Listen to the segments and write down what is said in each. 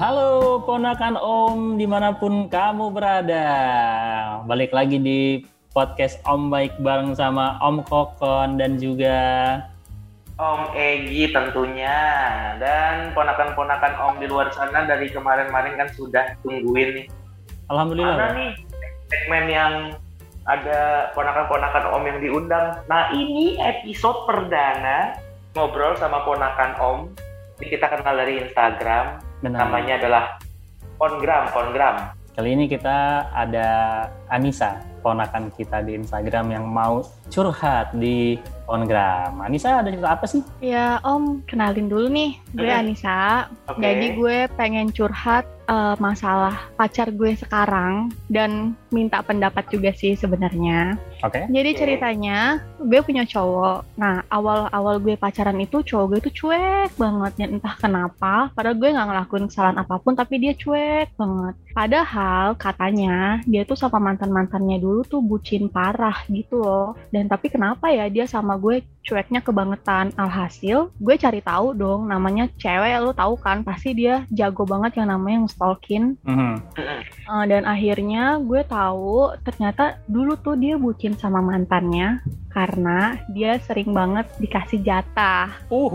Halo ponakan Om dimanapun kamu berada. Balik lagi di podcast Om Baik bareng sama Om Kokon dan juga Om Egi tentunya. Dan ponakan-ponakan Om di luar sana dari kemarin-kemarin kan sudah tungguin nih. Alhamdulillah. Mana nih segmen yang ada ponakan-ponakan Om yang diundang. Nah ini episode perdana ngobrol sama ponakan Om. Ini kita kenal dari Instagram. Benar. Namanya adalah Ongram. Kali ini kita ada Anissa, ponakan kita di Instagram yang mau curhat di Ongram. Anissa ada cerita apa sih? Ya Om, kenalin dulu nih, gue Anissa. Oke. Jadi gue pengen curhat masalah pacar gue sekarang dan minta pendapat juga sih sebenarnya. Oke. Jadi Oke. ceritanya gue punya cowok. Nah awal gue pacaran itu cowok gue tuh cuek banget ya, entah kenapa. Padahal gue nggak ngelakuin kesalahan apapun tapi dia cuek banget. Padahal katanya dia tuh sama mantannya dulu tuh bucin parah gitu loh. Dan tapi kenapa ya dia sama gue cueknya kebangetan. Alhasil gue cari tahu dong, namanya cewek, lo tahu kan pasti dia jago banget yang namanya stalking. Dan akhirnya gue tahu ternyata dulu tuh dia bucin sama mantannya karena dia sering banget dikasih jatah.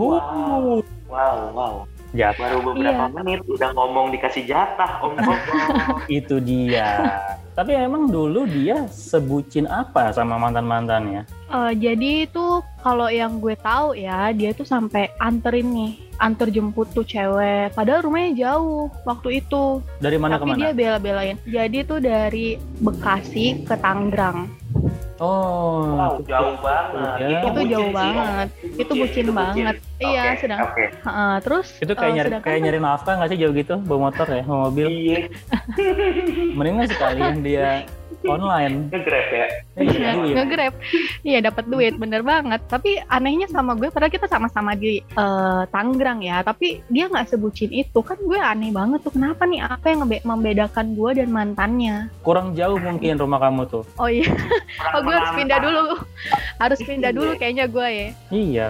Wow. Jatah. Baru beberapa menit udah ngomong dikasih jatah Om Kokon. Itu dia. Tapi emang dulu dia sebucin apa sama mantan-mantannya? Jadi itu kalau yang gue tahu ya, dia tuh sampai anter jemput tuh cewek. Padahal rumahnya jauh waktu itu. Dari mana ke Tapi mana? dia bela-belain. Jadi tuh dari Bekasi ke Tangerang. Oh, Wow, jauh banget. Ya. Itu bucin jauh sih, banget. Om. Itu bucin banget. Iya, Oke, sedang. oke. Terus itu kayak nyari nafkah nggak sih jauh gitu bawa motor ya, bawa mobil? Iya, Mendingan sekalian dia online. nge-grab ya. Iya, duit. nge-grab. Iya, dapat duit, bener banget. Tapi anehnya sama gue, padahal kita sama-sama di Tangerang ya. Tapi dia nggak sebucin itu. Kan gue aneh banget tuh. Kenapa nih? Apa yang membedakan gue dan mantannya? Kurang jauh mungkin rumah kamu tuh. Oh iya, gue harus pindah dulu. Harus pindah Iya. dulu kayaknya gue ya. Iya.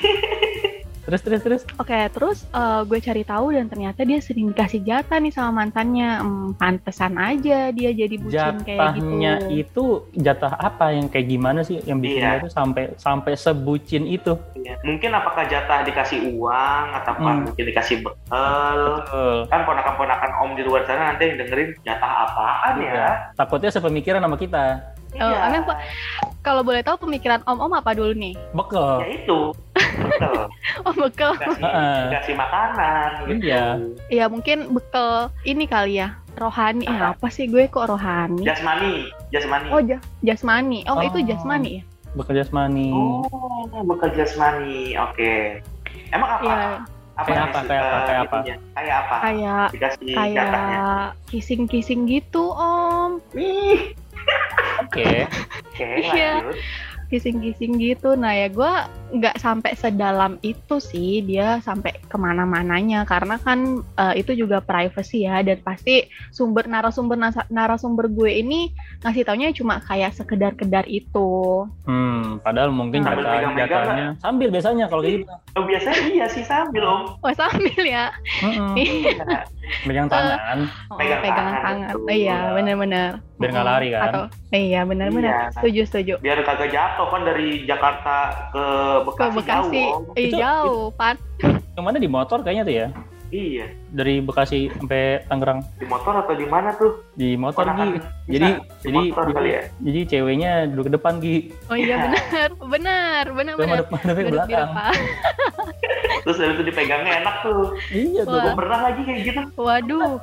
Terus. Oke, terus gue cari tahu dan ternyata dia sering dikasih jatah nih sama mantannya. Pantesan aja dia jadi bucin kayak gitu. Jatahnya itu jatah apa yang kayak gimana sih yang bikin Iya. dia tuh sampai sebucin itu? Iya. Mungkin apakah jatah dikasih uang atau mungkin dikasih bekal. Betul. Kan ponakan-ponakan Om di luar sana nanti yang dengerin jatah apaan ya? Iya. Takutnya sepemikiran sama kita. Aneh Pak. Kalau boleh tahu pemikiran Om apa dulu nih? Bekel. Ya itu. Betul. Oh, bekal. Dikasih makanan gitu. Iya. Ya mungkin bekal ini kali ya. Rohani. Apa sih gue kok rohani? Jasmani. Oh, jasmani. Oh, itu jasmani ya? Bekel jasmani. Oh, bekal jasmani. Oke. Emang apa? Iya. Kayak apa? itunya? Kayak apa? Dikasih jatahnya. Kayak kissing-kissing gitu, Om. Ih. Oke. Oke, Iya. lanjut. Kissing-kissing gitu. Nah ya gue nggak sampai sedalam itu sih dia sampai kemana-mananya karena kan itu juga privacy ya, dan pasti narasumber gue ini ngasih taunya cuma kayak sekedar itu. Padahal mungkin Sambil pegang-pegang jatahnya sambil biasanya kalau gitu. Oh, biasanya iya sih sambil Om. Oh sambil ya. Iya. Pegang tangan Pegangan tangan. betul. Iya benar-benar. biar nggak lari kan. Atau iya benar-benar. Iya. Setuju. Biar kagak jatuh kan dari Jakarta ke Ke Bekasi, Bekasi. jauh, Om. Jauh, Pan. Kemana di motor kayaknya tuh ya? Iya. Dari Bekasi sampai Tangerang Di motor atau di mana tuh? di motor Ponakan Gi. bisa di Jadi motor kali ya? jadi ceweknya duduk ke depan Gi. Oh iya benar. Sama depan Duduk di belakang. depan. Terus dari itu dipegangnya enak tuh. Iya tuh. Wah. Gue pernah lagi kayak gitu. Waduh.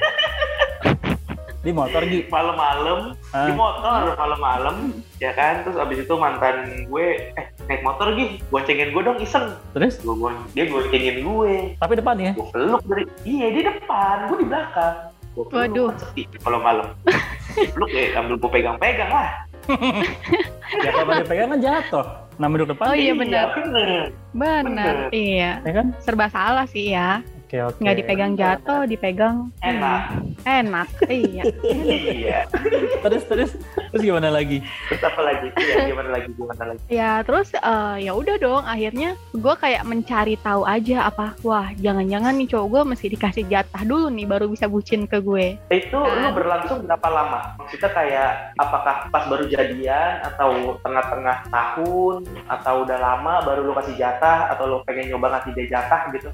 Di motor Gi. Malam-malam Ah. di motor malam-malam ya kan. Terus abis itu mantan gue naik motor Gi, goncengin gue dong iseng. Terus Dia goncengin gue. tapi depan ya. Gue peluk di depan, gue di belakang. Gue peluk, Waduh. kan sepi kalau malam. Peluk sambil gue pegang-pegang lah. Ya kalau dia pegang kan jatuh. Nama duduk depan. Oh iya benar. Bener. Benar. Iya. Ya kan? Serba salah sih ya. Oke. Nggak dipegang jatuh, dipegang. Enak. Enak, iya. Iya. Terus gimana lagi? Terus apa lagi? Iya, gimana lagi? Ya terus ya udah dong, akhirnya gue kayak mencari tahu aja wah jangan-jangan nih cowok gue mesti dikasih jatah dulu nih baru bisa bucin ke gue. Itu lu berlangsung berapa lama? Maksudnya kayak apakah pas baru jadian atau tengah-tengah tahun atau udah lama baru lu kasih jatah atau lu pengen nyoba ngasih dia jatah gitu?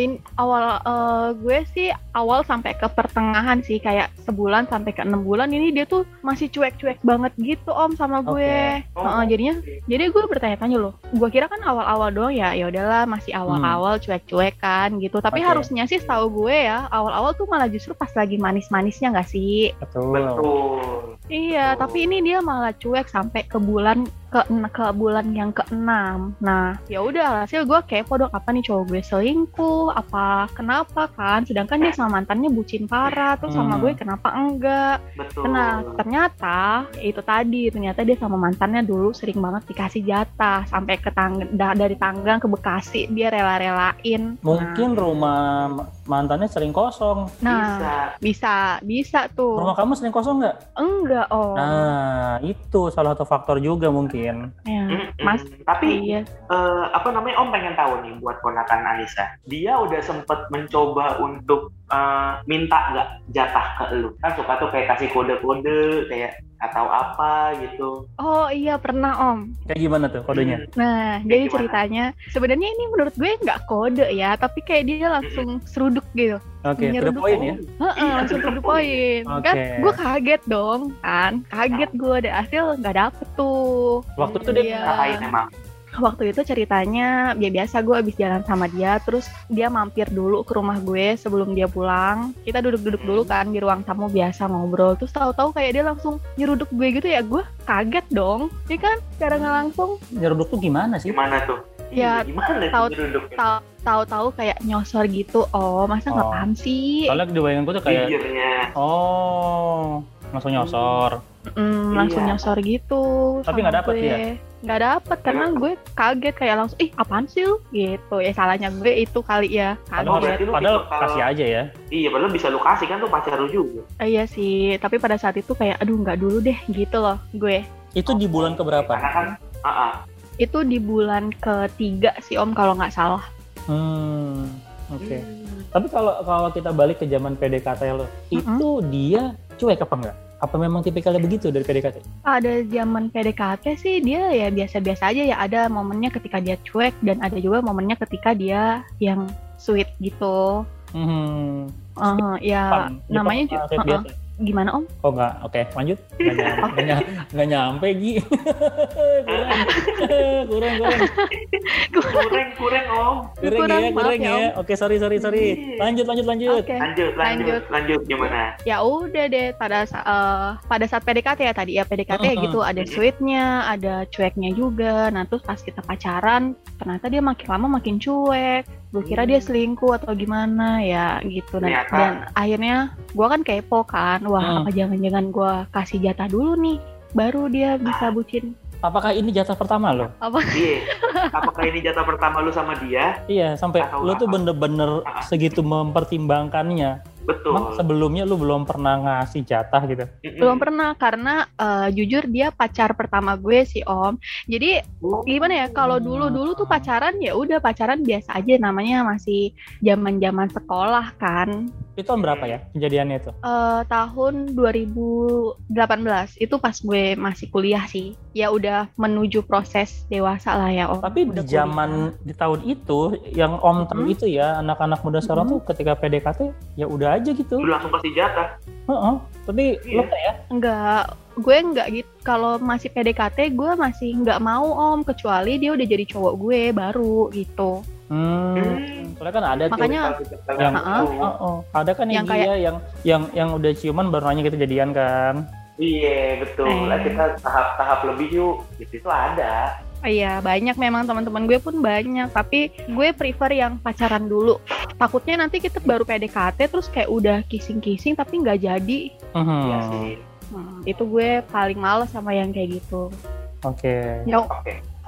Gue sih awal sampai ke pertengahan sih, kayak sebulan sampai ke 6 bulan ini dia tuh masih cuek-cuek banget gitu Om sama gue. Jadi gue bertanya-tanya loh. Gue kira kan awal-awal doang ya udahlah masih awal-awal cuek-cuek kan gitu. Tapi harusnya sih setahu gue ya awal-awal tuh malah justru pas lagi manis-manisnya nggak sih? Betul. Iya, tapi ini dia malah cuek sampai ke bulan yang ke-6. Nah, ya udah hasil gue kepo dong, apa nih cowok gue selingkuh, apa kenapa kan? Sedangkan dia sama mantannya bucin parah, terus sama gue kenapa enggak? Betul. Nah, ternyata dia sama mantannya dulu sering banget dikasih jatah sampai ke dari Tanggang ke Bekasi dia rela-relain. Mungkin rumah mantannya sering kosong. Nah, bisa tuh. Rumah kamu sering kosong nggak? Enggak, Om. Nah, itu salah satu faktor juga mungkin. Ya, Mas. Tapi iya. Om pengen tahu nih buat ponakan Anissa. Dia udah sempet mencoba untuk minta nggak jatah ke lu? Kan suka tuh kayak kasih kode-kode kayak atau apa gitu. Oh iya pernah Om. Kayak gimana tuh kodenya? Nah, jadi ceritanya sebenarnya ini menurut gue nggak kode ya, tapi kayak dia langsung seruduk gitu. Oke, to the point ya? Langsung to the point. Kan gue kaget dong kan. Kaget gue ada hasil nggak dapet tuh. Waktu itu dia ngapain emang? Waktu itu ceritanya biasa gue abis jalan sama dia, terus dia mampir dulu ke rumah gue sebelum dia pulang. Kita duduk-duduk dulu kan di ruang tamu biasa ngobrol. Terus tahu-tahu kayak dia langsung nyeruduk gue gitu ya, gue kaget dong. Iya kan, cara nggak langsung. Nyeruduk tuh gimana sih? Gimana tuh? Ya, tahu-tahu kayak nyosor gitu. Oh, masa nggak paham sih? Soalnya di bayangan gue tuh kayak, langsung nyosor. Langsung nyosor gitu. Tapi nggak dapet ya? Nggak dapet karena gue kaget kayak langsung apaan sih lu gitu ya, salahnya gue itu kali ya. Padahal kasih aja ya. Iya, padahal bisa lu kasih kan tuh pacar lu juga. Iya sih, tapi pada saat itu kayak aduh nggak dulu deh gitu loh gue. Itu di bulan keberapa? Karena kan itu di bulan ke-3 sih Om kalau nggak salah. Oke. Tapi kalau kita balik ke zaman PDKT lo, itu dia cuek apa enggak? Apa memang tipikalnya begitu dari PDKT? Ada zaman PDKT sih dia ya biasa-biasa aja ya. Ada momennya ketika dia cuek dan ada juga momennya ketika dia yang sweet gitu. Ya namanya juga. Gimana Om? Oh enggak, oke lanjut. Nggak nyampe Gi. Kurang Om. Kurang ya. Oke, sorry. Lanjut. Okay. Lanjut gimana? Ya udah deh pada saat PDKT ya tadi ya PDKT gitu, ada sweetnya, ada cueknya juga. Nah terus pas kita pacaran ternyata dia makin lama makin cuek. Gue kira dia selingkuh atau gimana ya gitu. Dan akhirnya gue kan kepo kan, wah apa jangan-jangan gue kasih jatah dulu nih baru dia bisa bucin. Apakah ini jatah pertama lo? Iya. Apakah ini jatah pertama lu sama dia? Iya, sampai lo tuh bener-bener segitu mempertimbangkannya. Betul. Emang sebelumnya lu belum pernah ngasih jatah gitu? Belum pernah, karena jujur dia pacar pertama gue sih Om. Jadi gimana ya, kalau dulu tuh pacaran ya udah pacaran biasa aja, namanya masih zaman sekolah kan. Itu tahun berapa ya kejadiannya itu? Tahun 2018, itu pas gue masih kuliah sih. Ya udah menuju proses dewasa lah ya Om. Tapi di zaman di tahun itu yang Om tahu itu ya, anak-anak muda sekarang tuh ketika PDKT ya udah aja gitu. Udah langsung kasih jatah. Tapi lo ya? Enggak, gue enggak gitu. Kalau masih PDKT gue masih enggak mau Om, kecuali dia udah jadi cowok gue baru gitu. Soalnya kan ada makanya, tuh yang ada kan yang dia yang udah ciuman baru nanya gitu jadian kan. Iya betul. Kita tahap lebih yuk. Itu ada. Iya, banyak memang teman-teman gue pun banyak, tapi gue prefer yang pacaran dulu. Takutnya nanti kita baru PDKT terus kayak udah kissing-kissing tapi nggak jadi. Iya sih. Itu gue paling males sama yang kayak gitu. Oke.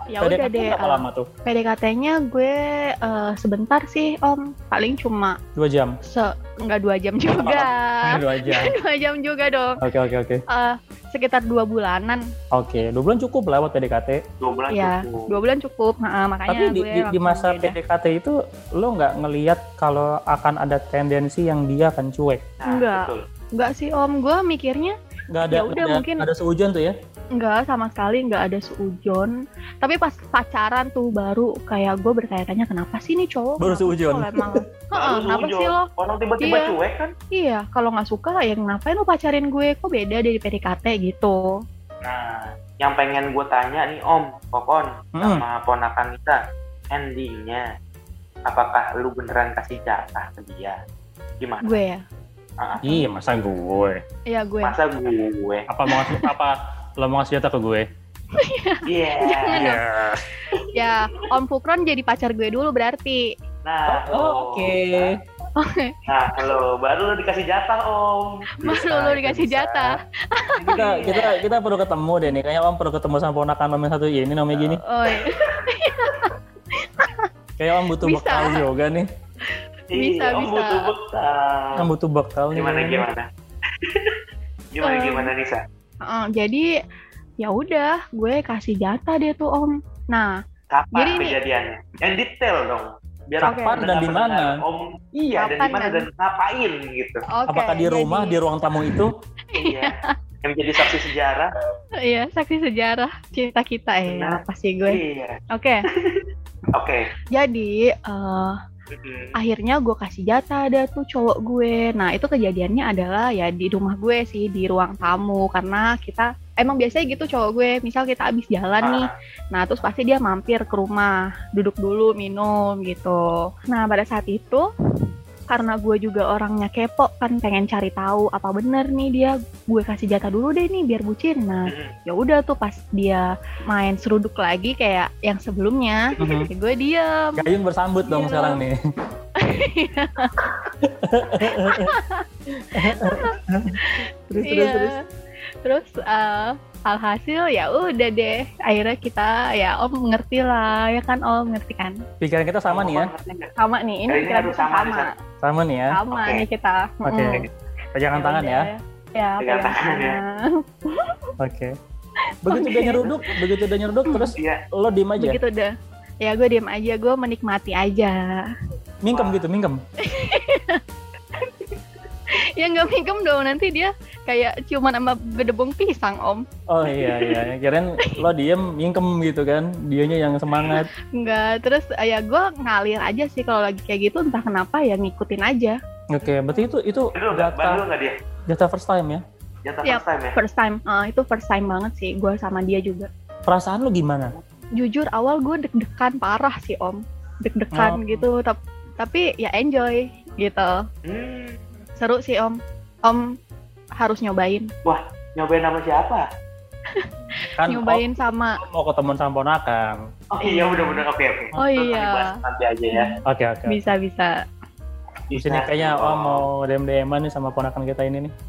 Ya udah deh. Berapa lama tuh? PDKT-nya gue sebentar sih Om, paling cuma 2 jam? Enggak 2 jam juga. 2 jam. 2 jam juga dong. Oke. Sekitar 2 bulanan. Oke, 2 bulan cukup lah buat PDKT. 2 bulan Ya, cukup. 2 bulan cukup. Makanya Tapi gue di masa langsung beda. PDKT itu lo nggak ngelihat kalau akan ada tendensi yang dia akan cuek? Nah, Enggak. betul. Enggak sih Om, gue mikirnya Nggak ada, Ya udah, mungkin- ada seujon tuh ya? enggak sama sekali, enggak ada seujon. Tapi pas pacaran tuh baru kayak gue bertanya-tanya kenapa sih nih cowok? Baru Kenapa seujon. kalau emang, Baru kenapa seujon. sih lo? Orang tiba-tiba Iya. cuek kan? Iya, kalau nggak suka ya ngapain lo pacarin gue? Kok beda dari PDKT gitu? Nah, yang pengen gue tanya nih Om, Kokon, sama ponakan kita, endingnya, apakah lu beneran kasih jatah ke dia? Gimana? Gue ya? Iya, masa gue? Iya gue. Masa gue? Apa lo mau ngasih jatah ke gue? Iya. Jangan dong. Iya. Ya, Om Fukron jadi pacar gue dulu berarti. Nah, Oke. Nah, halo, baru lu dikasih jatah Om. Baru lu dikasih jatah. Kita perlu ketemu deh nih. Kayaknya Om perlu ketemu sama ponakan Om yang satu ini namanya gini. Oh, iya. Kayak Om butuh Bisa. bekal juga nih. Bisa, Om bisa. butuh bekal. Om butuh bekal nih. Gimana? Gimana Nisa? Jadi ya udah, gue kasih jatah dia tuh Om. Nah, Kapan Jadi ini- kejadiannya? Yang detail dong. Biar Oke. Kapan dan di mana? Om, iya, dan Kapan di mana dan- dan ngapain gitu. oke. Apakah di rumah, jadi- di ruang tamu itu? Iya. Yang menjadi saksi sejarah. Iya, saksi sejarah cinta kita ya, Benar. pasti gue. Iya. Oke, Oke. jadi Mm-mm. akhirnya gue kasih jatah ada tuh cowok gue. Nah, itu kejadiannya adalah ya di rumah gue sih, di ruang tamu. Karena kita, emang biasanya gitu cowok gue, misal kita abis jalan nih, nah terus pasti dia mampir ke rumah, duduk dulu, minum gitu. Nah, pada saat itu, karena gue juga orangnya kepo kan, pengen cari tahu apa bener nih dia, gue kasih jatah dulu deh nih biar bucin. Nah, Mm-mm. ya udah tuh pas dia main seruduk lagi kayak yang sebelumnya, Mhm. ya gue diem. Gayung bersambut dong Iya. sekarang nih. Terus. Iya. Terus alhasil ya udah deh, akhirnya kita ya Om ngerti lah, ya kan Om ngerti kan? Pikiran kita sama nih ya. Ngerti nggak? Sama nih, ini Kali ini pikiran harus kita sama nih, sama, San. Sama nih ya. sama Oke. nih kita. Oke. Pegangan tangan ya. Ya, Pegang tangan ya. Oke. Begitu dia nyeruduk terus Iya. lo diem aja. Begitu udah. Ya gue diem aja, gue menikmati aja. Mingkem Wah. gitu, mingkem. Ya nggak mingkem dong, nanti dia kayak ciuman sama gedebong pisang Om. Oh iya. Kirain lo diem, mingkem gitu kan. Dianya yang semangat. Enggak, terus ya gue ngalir aja sih kalau lagi kayak gitu, entah kenapa ya ngikutin aja. Oke, berarti itu Bandel nggak dia? jatah first time ya. Jatah Iya. first time ya? First time, itu first time banget sih gue sama dia juga. Perasaan lo gimana? Jujur awal gue deg-degan parah sih Om, deg-degan Oh. gitu, tapi ya enjoy gitu, seru sih Om. Om harus nyobain, Nyobain sama siapa? Kan nyobain sama. Om mau ketemu sama ponakan. Oh iya, bener-bener. Oke. Oh Terus iya. dibahas nanti aja ya. Oke. Bisa. Di sini kayaknya Om mau DM-an nih sama ponakan kita ini nih.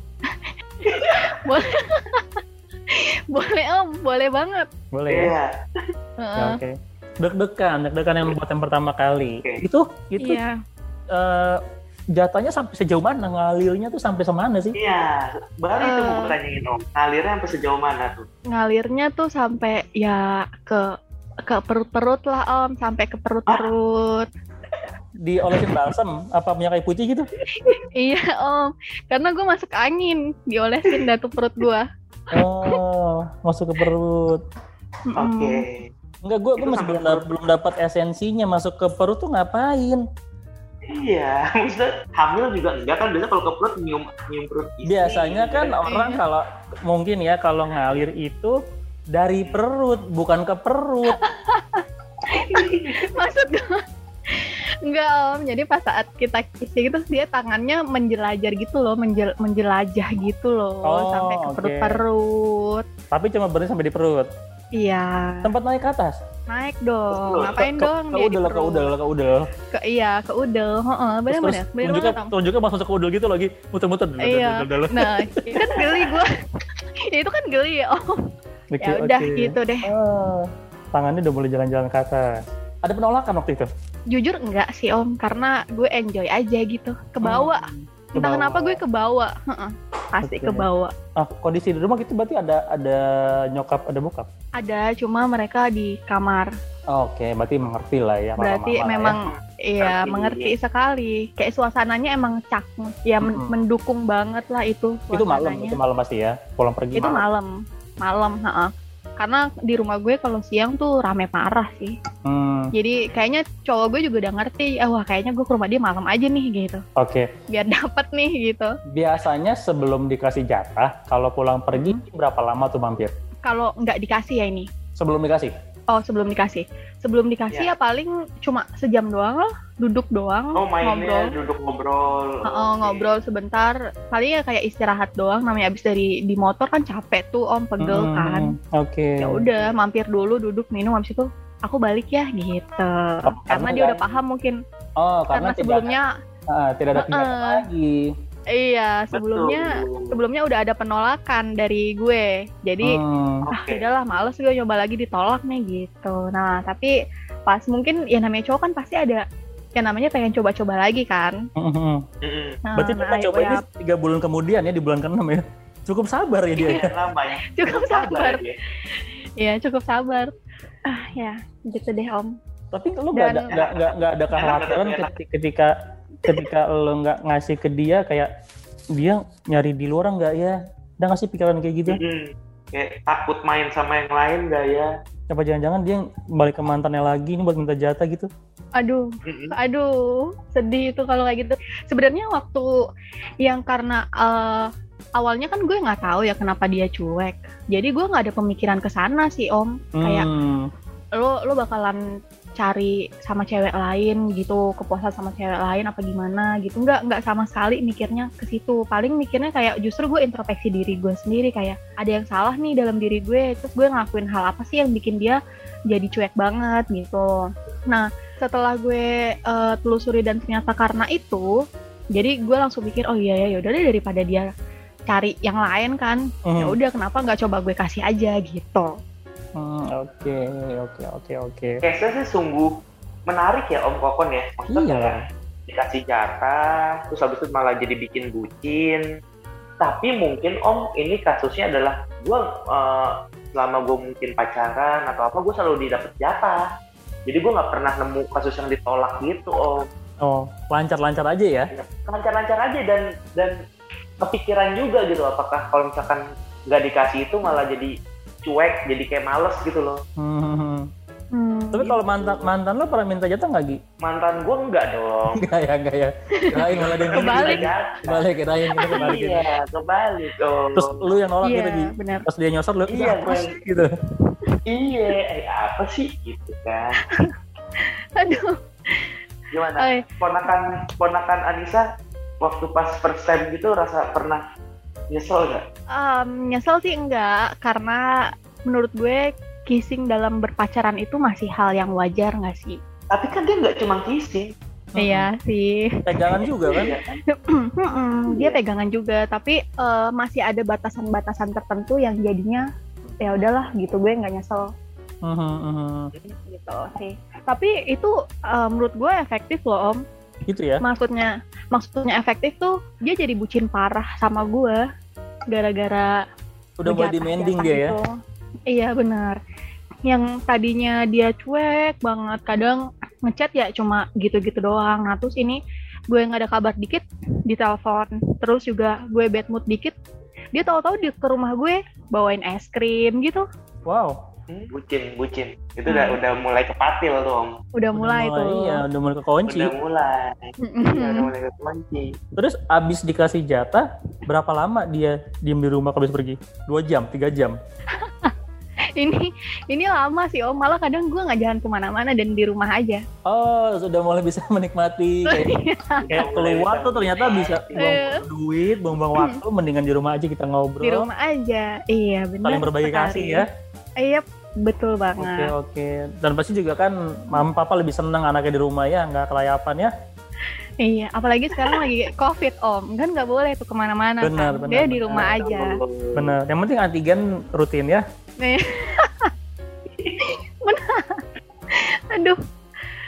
Boleh Om, boleh banget. Boleh ya? Iya. Ya, oke. Deg-degan yang buat yang pertama kali. Oke. Itu Iya. jatahnya sampai sejauh mana? Ngalirnya tuh sampai semana sih? Iya. Baru itu mau gue tanyain Om. Ngalirnya sampai sejauh mana tuh? Ngalirnya tuh sampai ya ke perut-perut lah Om, sampai ke perut-perut. Diolesin balsam apa minyak kayu putih gitu? Iya Om, karena gue masuk angin, diolesin dah tuh perut gue. Oh, masuk ke perut. Oke. Enggak, gue Itu masih sampai belum dapat esensinya masuk ke perut tuh ngapain? Iya, maksudnya hamil juga enggak kan, biasanya kalau ke perut nyium perut istri. Biasanya kan orang Iya. kalau mungkin ya kalau ngalir itu dari perut bukan ke perut. Maksud gue enggak Om, jadi pas saat kita kissing itu dia tangannya menjelajah gitu loh, menjelajah gitu loh, Oh, sampai ke oke. perut-perut. Tapi cuma berhenti sampai di perut. Iya, Tempat naik ke atas. naik dong. Ke- Ngapain dong Ke dia di udel, ke perut? udel. Iya, ke udel. Heeh, benar-benar. Bener tunjuknya banget, Om. tunjuknya masuk ke udel gitu lagi, muter-muter. Iya. Nah, itu kan geli gue. Itu kan geli ya Om. Oke, Ya udah oke. gitu deh. Ah. tangannya udah mulai jalan-jalan ke atas. Ada penolakan waktu itu? Jujur enggak sih Om, karena gue enjoy aja gitu, kebawa. Entah kenapa gue kebawa, pasti kebawa. Kondisi di rumah gitu berarti ada nyokap, ada bokap? Ada, cuma mereka di kamar. Oke, berarti mengerti lah ya. Berarti mama-mama memang ya. iya mengerti sekali. Kayak suasananya emang cakep, ya mendukung banget lah itu suasananya. Itu malam pasti ya, pulang pergi. Itu malam, karena di rumah gue kalau siang tuh rame parah sih. Jadi kayaknya cowok gue juga udah ngerti, wah kayaknya gue ke rumah dia malam aja nih gitu. Oke. Biar dapat nih gitu. Biasanya sebelum dikasih jatah, kalau pulang pergi berapa lama tuh mampir? Kalau nggak dikasih ya ini? Sebelum dikasih? Oh, sebelum dikasih. Sebelum dikasih ya paling cuma sejam doang lah, duduk doang, mainnya duduk ngobrol. Ngobrol sebentar. Paling ya kayak istirahat doang, namanya abis di motor kan capek tuh Om, pegel kan. Oke. Ya udah, mampir dulu, duduk minum, habis itu aku balik ya gitu. Karena dia udah paham mungkin. Karena sebelumnya tidak ada tindakan lagi. Iya, sebelumnya udah ada penolakan dari gue. Jadi, udahlah males gue nyoba lagi, ditolak nih gitu. Nah, tapi pas mungkin ya namanya cowok kan pasti ada yang namanya pengen coba-coba lagi kan. Berarti kita coba ini 3 bulan kemudian ya, di bulan ke-6 ya. Cukup sabar ya dia ya. Cukup sabar. Iya, cukup sabar. Ya, gitu deh Om. Tapi lu nggak ada kekhawatiran ketika lo nggak ngasih ke dia, kayak dia nyari di luar nggak ya? Udah nggak sih pikiran kayak gitu? Kayak takut main sama yang lain nggak ya? Apa jangan-jangan dia balik ke mantannya lagi ini buat minta jatah gitu? Aduh, sedih itu kalau kayak gitu. Sebenarnya waktu yang karena awalnya kan gue nggak tahu ya kenapa dia cuek. Jadi gue nggak ada pemikiran ke sana sih Om. Kayak lo bakalan cari sama cewek lain gitu, kepuasan sama cewek lain apa gimana gitu. Nggak sama sekali mikirnya ke situ. Paling mikirnya kayak justru gue introspeksi diri gue sendiri, kayak ada yang salah nih dalam diri gue, terus gue ngelakuin hal apa sih yang bikin dia jadi cuek banget gitu. Nah, setelah gue telusuri dan ternyata karena itu, jadi gue langsung pikir, oh iya ya, yaudah deh, daripada dia cari yang lain kan, ya udah kenapa nggak coba gue kasih aja gitu. Oke. Case-nya sih sungguh menarik ya Om Kokon ya. Maksudnya dikasih jatah, terus habis itu malah jadi bikin bucin. Tapi mungkin Om, ini kasusnya adalah gue selama gue mungkin pacaran atau apa, gue selalu didapet jatah. Jadi gue nggak pernah nemu kasus yang ditolak gitu Om. Oh, lancar-lancar aja ya? Lancar-lancar aja dan kepikiran juga gitu. Apakah kalau misalkan nggak dikasih itu malah jadi cuek, jadi kayak males gitu loh. Tapi kalau mantan lo pernah minta jatah nggak Gi? Mantan gue enggak dong. Enggak ya. Kirain malah dia kebalik kirain gitu kebalik. Iya, kebalik. Terus lu yang nolak gitu Gi. Bener. Pas dia nyosor lu apa sih gitu. Iya, apa sih gitu kan. Aduh. Gimana? Ponakan Anissa waktu pas first time gitu rasa pernah nyesel nggak? Nyesel sih enggak, karena menurut gue kissing dalam berpacaran itu masih hal yang wajar nggak sih? Tapi kan dia nggak cuma kissing. Iya sih. Pegangan juga kan? Dia pegangan juga, tapi masih ada batasan-batasan tertentu yang jadinya ya udahlah gitu, gue nggak nyesel. Gitu sih. Tapi itu menurut gue efektif loh Om. Gitu ya? Maksudnya efektif tuh dia jadi bucin parah sama gue gara-gara udah buat demanding dia itu. Ya? Iya benar. Yang tadinya dia cuek banget, kadang ngechat ya cuma gitu-gitu doang. Nah terus ini gue nggak ada kabar dikit ditelepon, terus juga gue bad mood dikit, dia tahu-tahu ke rumah gue bawain es krim gitu. Wow. Bucin itu udah mulai kepatil tuh Om. Udah mulai tuh. Iya, udah mulai kekunci. Udah mulai kekunci. Terus abis dikasih jatah berapa lama dia diem di rumah habis pergi? 2 jam, 3 jam? ini lama sih Om, malah kadang gue nggak jalan kemana-mana dan di rumah aja. Oh, sudah mulai bisa menikmati kayak keluar tuh ternyata bisa buang duit, buang waktu, mendingan di rumah aja kita ngobrol. Di rumah aja, iya benar. Saling berbagi kasih ya. Iya, betul banget. Oke. Dan pasti juga kan mama papa lebih senang anaknya di rumah ya, nggak kelayapan ya. Iya, apalagi sekarang lagi COVID Om, kan nggak boleh tuh kemana-mana. Benar. Dia di rumah aja. Benar. Yang penting antigen rutin ya. Benar.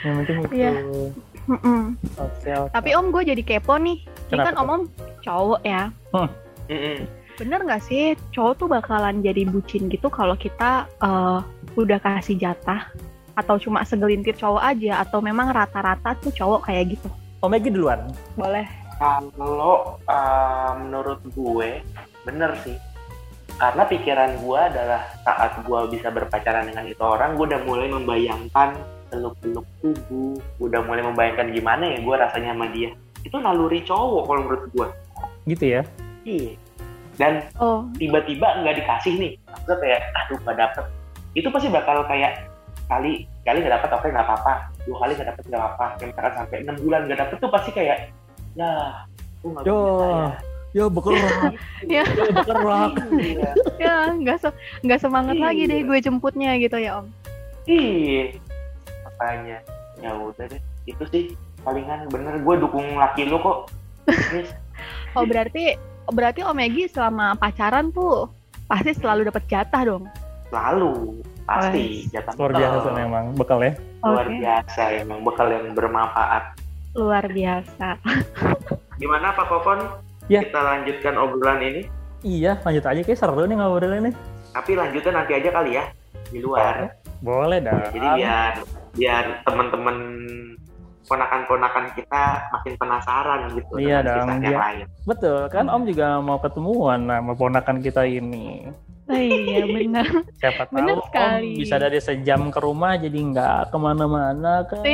Yang penting itu. Iya. Oke. Tapi Om, gue jadi kepo nih. Ini Kenapa kan Om cowok ya. Bener nggak sih cowok tuh bakalan jadi bucin gitu kalau kita udah kasih jatah? Atau cuma segelintir cowok aja? Atau memang rata-rata tuh cowok kayak gitu? Om Egi duluan. Boleh. Kalau menurut gue bener sih, karena pikiran gue adalah saat gue bisa berpacaran dengan itu orang, gue udah mulai membayangkan peluk-peluk tubuh, gue udah mulai membayangkan gimana ya gue rasanya sama dia. Itu naluri cowok kalau menurut gue. Gitu ya? Iya. Dan tiba-tiba nggak dikasih nih, maksudnya kayak aduh nggak dapet, itu pasti bakal kayak kali nggak dapet, oke nggak apa-apa, 2 kali nggak dapet nggak apa-apa, yang misalkan sampai 6 bulan nggak dapet tuh pasti kayak ya aku nggak bisa ya bergerak. Ya. Bergerak. Ya nggak semangat lagi deh gue jemputnya gitu ya Om. Iya, makanya ya udah deh, itu sih palingan bener, gue dukung laki lu kok. Oh berarti Om Egi selama pacaran tuh pasti selalu dapat jatah dong? Selalu, pasti jatah Luar biasa memang bekal ya. Luar biasa emang, bekal yang bermanfaat. Luar biasa. Gimana Pak Kokon? Ya. Kita lanjutkan obrolan ini. Iya, lanjut aja, kayak seru nih ngobrolin ini. Tapi lanjutnya nanti aja kali ya, di luar. Boleh dah. Jadi biar teman-teman ponakan-ponakan kita makin penasaran gitu. Iya dengan dong, kisah yang lain. Betul, kan Om juga mau ketemuan sama ponakan kita ini. Oh, iya benar. Siapa tahu Benar Om sekali. bisa dari sejam ke rumah jadi nggak kemana-mana kan.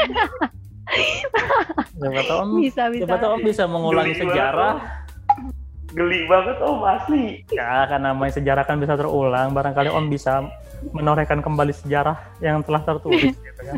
Siapa tahu Om siapa tahu Om bisa mengulangi sejarah. Geli banget Om, asli. Ya kan namanya sejarah kan bisa terulang. Barangkali Om bisa menorehkan kembali sejarah yang telah tertulis gitu kan.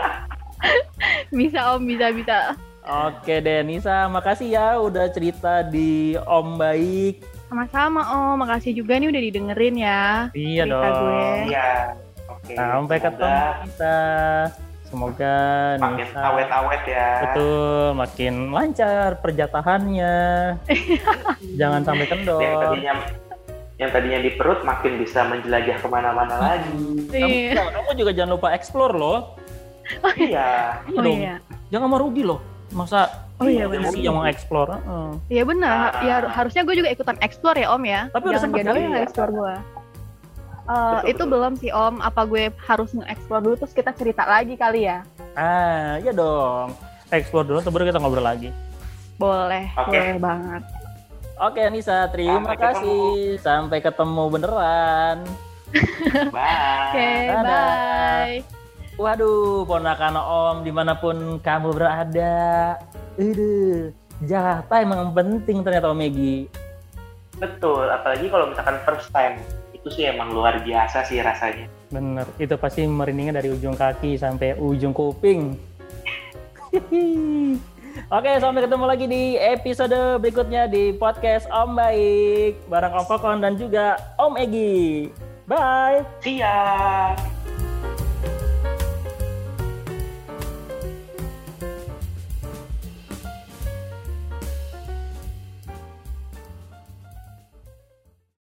Bisa Om, bisa. Oke deh Nisa, makasih ya udah cerita di Om Baik. Sama-sama Om, makasih juga nih udah didengerin ya. Iya cerita dong. gue. Iya. Oke. Sampai ketemu kita. Semoga makin Nisa awet-awet ya. betul, makin lancar perjatahannya. Jangan sampai kendor. Yang tadinya di perut makin bisa menjelajah kemana-mana lagi. Kamu juga jangan lupa explore loh. Iya. Oh iya. Jangan mau rugi loh. Masa benar. yang mau explore? Iya benar. Ya harusnya gue juga ikutan explore ya Om ya. Tapi udah sempet jangan kali nggak explore gue. Itu betul. belum sih Om. Apa gue harus nge-explore dulu terus kita cerita lagi kali ya? Iya dong. Explore dulu, baru kita ngobrol lagi. Boleh, boleh banget. Oke Nisa, terima kasih. Sampai ketemu beneran. Bye. Oke, bye. Waduh, ponakan Om dimanapun kamu berada. Jatah emang penting ternyata Om Egi. Betul, apalagi kalau misalkan first time. Itu sih emang luar biasa sih rasanya. Bener, itu pasti merindingnya dari ujung kaki sampai ujung kuping. Oke, sampai ketemu lagi di episode berikutnya di podcast Om Baik. Bareng Om Kokon dan juga Om Egi. Bye! See ya!